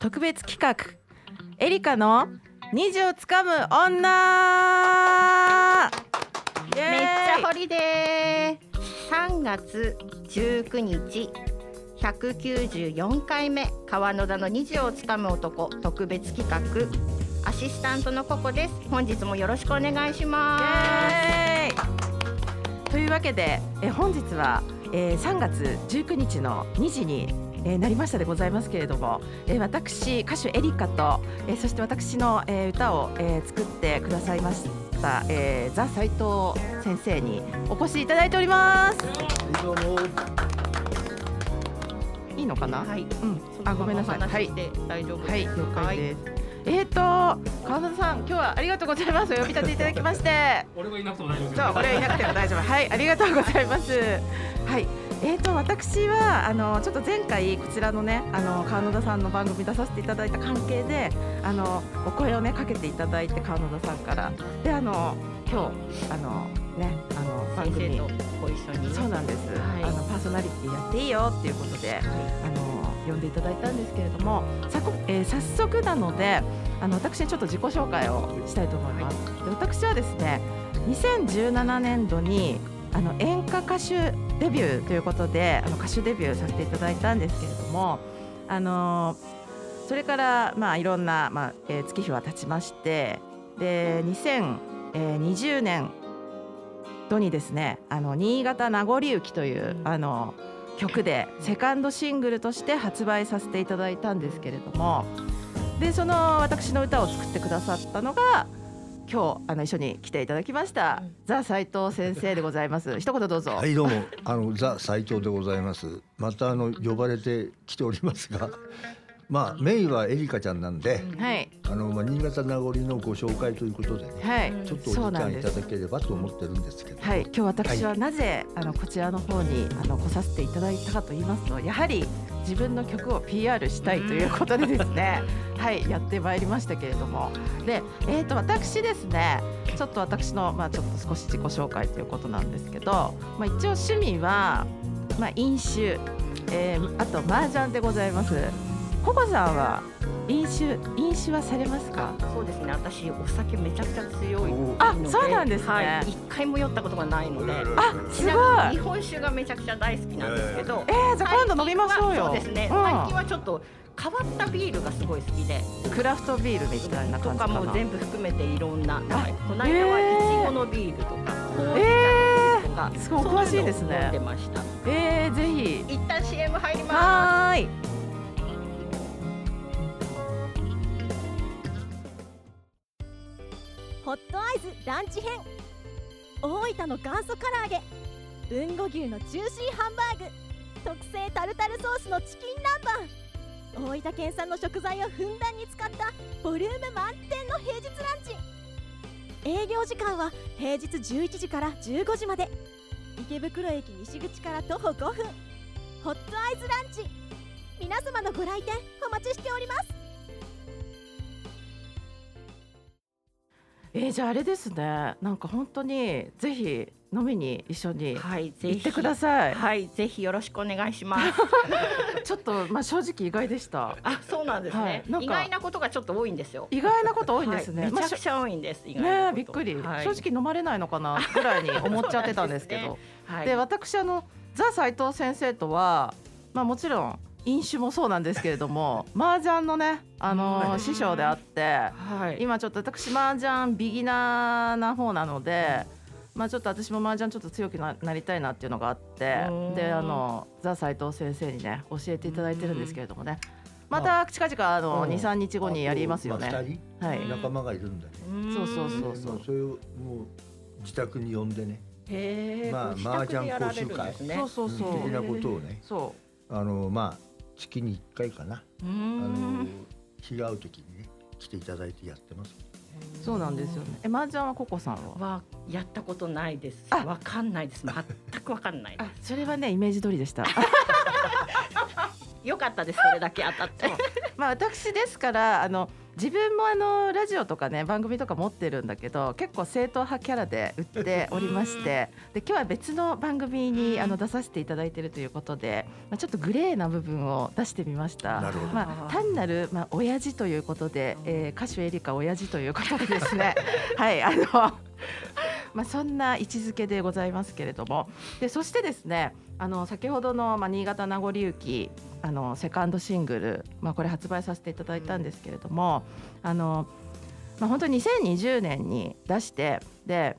特別企画エリカの虹をつかむ女。 めっちゃホリデー。3月19日194回目川野田の虹をつかむ男特別企画、アシスタントのココです。本日もよろしくお願いします。 というわけで本日は3月19日の2時になりましたでございますけれども、私歌手エリカとそして私の歌を作ってくださいましたザ・斉藤先生にお越しいただいております。 どうも。 いいのかな。 はい、 ごめんなさい。 はい、大丈夫です。 はい、了解です。川野さん、今日はありがとうございます。お呼び立ていただきまして。 俺がいなくても大丈夫です。 そう、俺がいなくても大丈夫。はい、ありがとうございます。はい。私はちょっと前回こちらのね川野田さんの番組出させていただいた関係でお声をねかけていただいて、川野田さんからで今日番組先生とご一緒に、 そうなんです、 はい、 パーソナリティやっていいよっていうことで、呼んでいただいたんですけれども、早速なので私にちょっと自己紹介をしたいと思います。で、私はですね2017年度に演歌歌手デビューということで歌手デビューさせていただいたんですけれども、それからいろんな、月日は経ちまして、で2020年度にですね新潟名残雪という曲でセカンドシングルとして発売させていただいたんですけれども、でその私の歌を作ってくださったのが今日一緒に来ていただきました、ザ・斉藤先生でございます。一言どうぞ。 はい、どうもザ・斉藤でございます。また呼ばれてきておりますがメインはエリカちゃんなんで、 はい、 新潟名残のご紹介ということでね、はい、ちょっとお時間いただければと思ってるんですけど、 はい、今日私はなぜ、こちらの方に来させていただいたかと言いますと、やはり自分の曲を PR したいということでですねはい、やってまいりましたけれども、で、私ですねちょっと私の、ちょっと少し自己紹介ということなんですけど、一応趣味は、飲酒、あと麻雀でございます。ココさんは飲酒はされますか？ そうですね、私お酒めちゃくちゃ強いので、 そうなんですね、 はい、一回も酔ったことがないので、 すごい。 日本酒がめちゃくちゃ大好きなんですけど、 じゃあ今度飲みましょうよ。 そうですね、最近はちょっと変わったビールがすごい好きで、 クラフトビールみたいな感じかなとかも全部含めていろんな、この間はいちごのビールとか、ほうじ茶とか、 すごいお詳しいですね。 飲んでました。 ぜひ一旦 CM 入ります。 ホットアイズランチ編、大分の元祖唐揚げ、豊後牛のジューシーハンバーグ、特製タルタルソースのチキン南蛮、大分県産の食材をふんだんに使ったボリューム満点の平日ランチ。営業時間は平日11時から15時まで、池袋駅西口から徒歩5分、ホットアイズランチ、皆様のご来店お待ちしております。 じゃああれですね、なんか本当にぜひ飲みに一緒に行ってください。 はい、ぜひよろしくお願いしますちょっと正直意外でした。 そうなんですね、意外なことがちょっと多いんですよ。 意外なこと多いんですね、 めちゃくちゃ多いんです。意外なことびっくり、正直飲まれないのかなぐらいに思っちゃってたんですけどで、私ザ・斉藤先生とは、もちろん飲酒もそうなんですけれども麻雀のね、師匠であって、今ちょっと私麻雀ビギナーな方なので、ちょっと私も麻雀ちょっと強く なりたいなっていうのがあって、でザ・斉藤先生にね教えていただいてるんですけれどもね、また近々2、3日後にやりますよね。 2人、仲間がいるんだね。 そうそれをもう自宅に呼んでね、麻雀講習会的なことをね、月に1回かな、日が合う時にね来ていただいてやってます。 そうなんですよね。麻雀はココさんはやったことないです。わかんないです。全くわかんないです。 それはねイメージ通りでしたよかったです、それだけ当たって私ですから自分もラジオとかね番組とか持ってるんだけど結構正統派キャラで売っておりましてで今日は別の番組に出させていただいているということで、ちょっとグレーな部分を出してみました。単なる、親父ということで、歌手エリカ親父ということでですねはいそんな位置づけでございますけれども、でそしてですね先ほどの、新潟名残雪セカンドシングル、これ発売させていただいたんですけれども、本当に2020年に出してで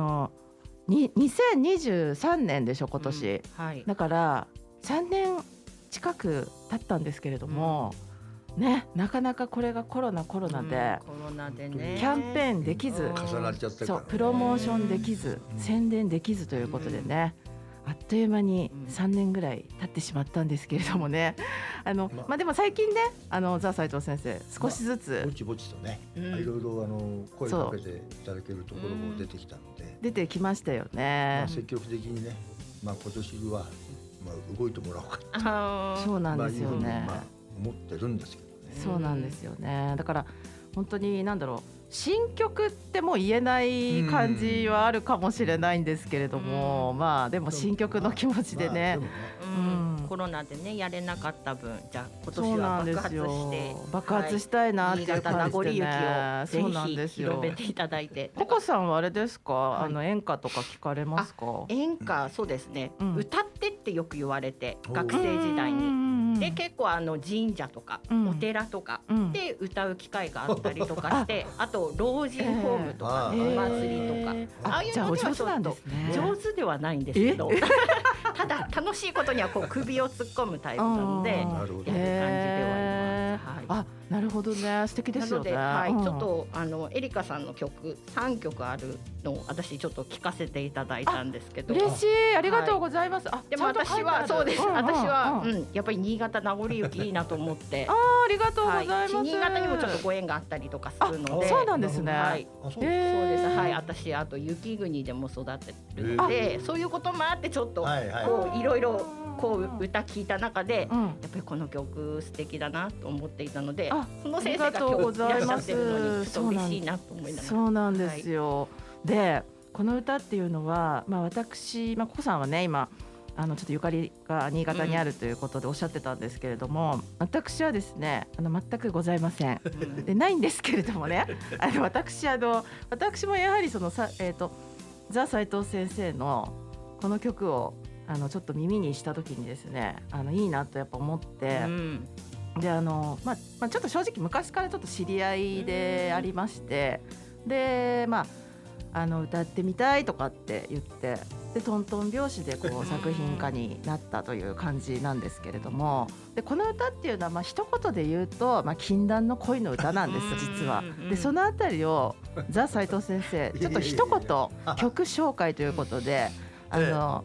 2023年でしょ今年、だから3年近く経ったんですけれども、なかなかこれがコロナで、キャンペーンできず、そうプロモーションできず、宣伝できずということでね、あっという間に3年ぐらい経ってしまったんですけれどもね、でも最近ねザ・斉藤先生少しずつぼちぼちとね、いろいろ声かけていただけるところも出てきたので、 出てきましたよね。 積極的にね、今年は動いてもらおうかとそうなんですよね、 思ってるんですけどね。 そうなんですよね。だから本当に新曲ってもう言えない感じはあるかもしれないんですけれども、でも新曲の気持ちでね、 コロナでねやれなかった分、じゃあ今年は爆発したいなっていう感じでね、 新潟名残雪をぜひ広めていただいて。 ココさんはあれですか、演歌とか聞かれますか？ 演歌、そうですね、歌ってってよく言われて、学生時代にで結構神社とかお寺とかで歌う機会があったりとかして、あと老人ホームとかお祭りとか、ああいうのにはちょっと上手ではないんですけどただ楽しいことには首を突っ込むタイプなのでやる感じではあります。 なるほどね、素敵ですよね。 なので、ちょっとエリカさんの曲3曲あるのを私ちょっと聞かせていただいたんですけど、 嬉しい、ありがとうございます。 でも私はそうです、私はやっぱり新潟名残雪いいなと思ってありがとうございます。 新潟にもちょっとご縁があったりとかするので。 そうなんですね。 そうです。私あと雪国でも育ってるので、そういうこともあってちょっといろいろ歌聞いた中で、やっぱりこの曲素敵だなと思っていたので、その先生が今日いらっしゃってるのにちょっと嬉しいなと思いながら。 そうなんですよ。でこの歌っていうのは、私、ココさんはね今ちょっとゆかりが新潟にあるということでおっしゃってたんですけれども、私はですね全くございません。でないんですけれどもね私もやはりザ・斉藤先生のこの曲をちょっと耳にした時にですねいいなとやっぱ思って、でちょっと正直昔からちょっと知り合いでありまして、で歌ってみたいとかって言ってでトントン拍子で作品化になったという感じなんですけれども、でこの歌っていうのは一言で言うと禁断の恋の歌なんです実は。でそのあたりをザ・斉藤先生ちょっと一言曲紹介ということで大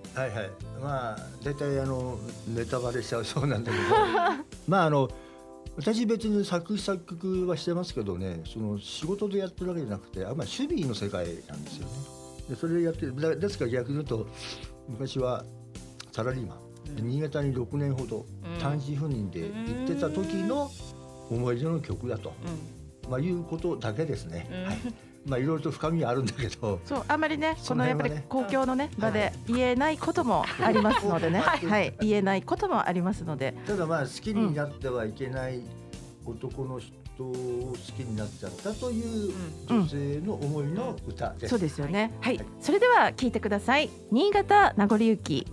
体ネタバレしちゃうそうなんだけど私別に作詞作曲はしてますけどね、その仕事でやってるわけじゃなくて趣味の世界なんですよね。でそれでやってるですから逆に言うと昔はサラリーマン、新潟に6年ほど単身赴任で行ってた時の思い出の曲だと、いうことだけですね。いろいろと深みはあるんだけど、 そうあんまりねこのやっぱり公共のね場で言えないこともありますのでね、言えないこともありますので、 ただ好きになってはいけない男の人を好きになっちゃったという女性の思いの歌です。 そうですよね。それでは聞いてください。新潟名残雪。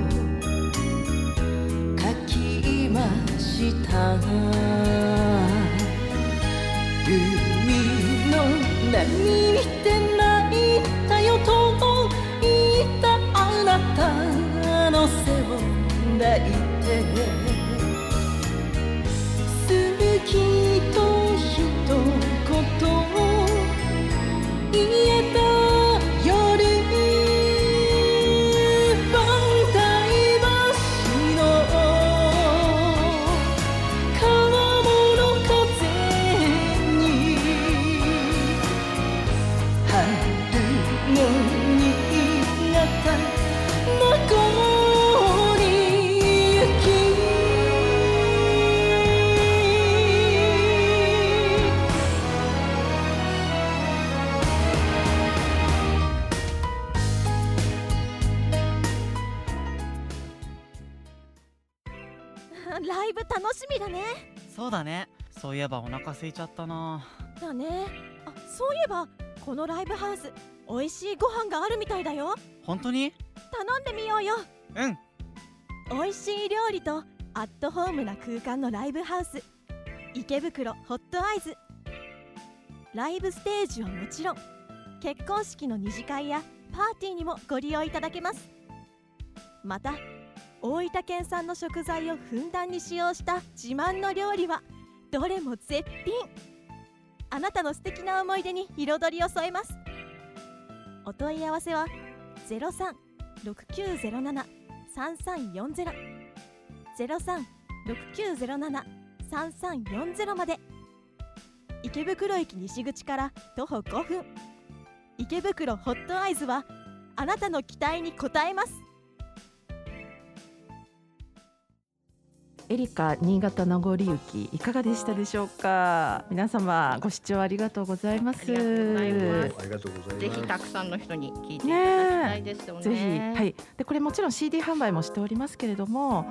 した海の波見て泣いたよと言ったあなたの背を抱いて好きと一言言えた夜反対橋の川の風に春の新潟名残雪ライブ楽しみだね。 そうだね。そういえばお腹空いちゃったな。 だね。あ、そういえばこのライブハウス美味しいご飯があるみたいだよ。 本当に？ 頼んでみようよ。 うん。 美味しい料理とアットホームな空間のライブハウス、池袋ホットアイズ。ライブステージはもちろん、結婚式の二次会やパーティーにもご利用いただけます。また大分県産の食材をふんだんに使用した自慢の料理はどれも絶品。あなたの素敵な思い出に彩りを添えます。お問い合わせは 03-6907-3340 03-6907-3340 まで。池袋駅西口から徒歩5分、池袋ホットアイズはあなたの期待に応えます。 エリカ新潟名残雪いかがでしたでしょうか。皆様ご視聴ありがとうございます。 ありがとうございます。 ありがとうございます。 ぜひたくさんの人に聞いていただきたいですよね。 ぜひ、はい。でこれもちろん CD 販売もしておりますけれども、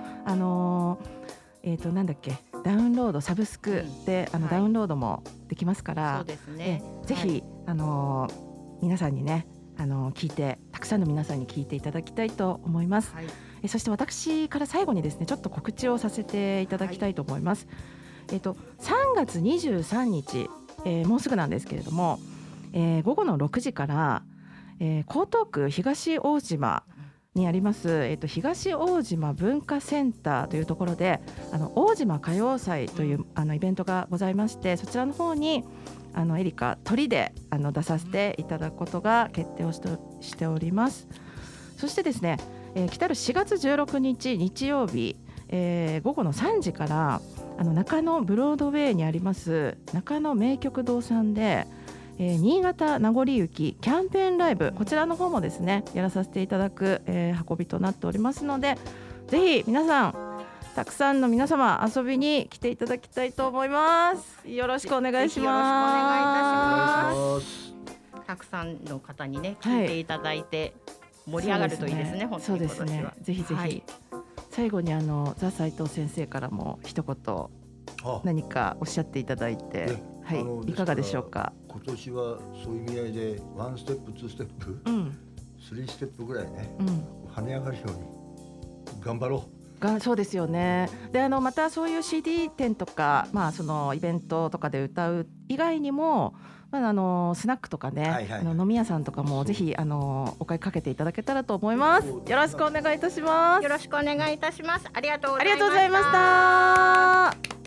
なんだっけ、ダウンロードサブスクで、ダウンロードもできますから、 そうですね。 ぜひ、皆さんにね聞いて、たくさんの皆さんに聞いていただきたいと思います。そして私から最後にですね、ちょっと告知をさせていただきたいと思います。3月23日、もうすぐなんですけれども、午後の6時から、江東区東大島にあります、東大島文化センターというところで大島歌謡祭というイベントがございまして、そちらの方にエリカ鳥で出させていただくことが決定をしております。そしてですね、来たる4月16日日曜日、午後の3時から中野ブロードウェイにあります中野名曲堂さんで、新潟名残雪キャンペーンライブ、こちらの方もですねやらさせていただく、運びとなっておりますので、ぜひ皆さんたくさんの皆様遊びに来ていただきたいと思います。よろしくお願いします。 よろしくお願いいたします。たくさんの方にね聞いていただいて、盛り上がるといいですね。本当に今年は。そうですね。 ぜひぜひ、最後にザ・斉藤先生からも一言何かおっしゃっていただいて、はい、いかがでしょうか。 今年はそういう意味合いで1ステップ2ステップ、3ステップぐらいね、跳ね上がるように頑張ろう。 そうですよね。でまたそういう CD 展とか、そのイベントとかで歌う以外にも、スナックとかね、飲み屋さんとかもぜひお声かけていただけたらと思います。よろしくお願いいたします。 よろしくお願いいたします。ありがとうございました。 ありがとうございました。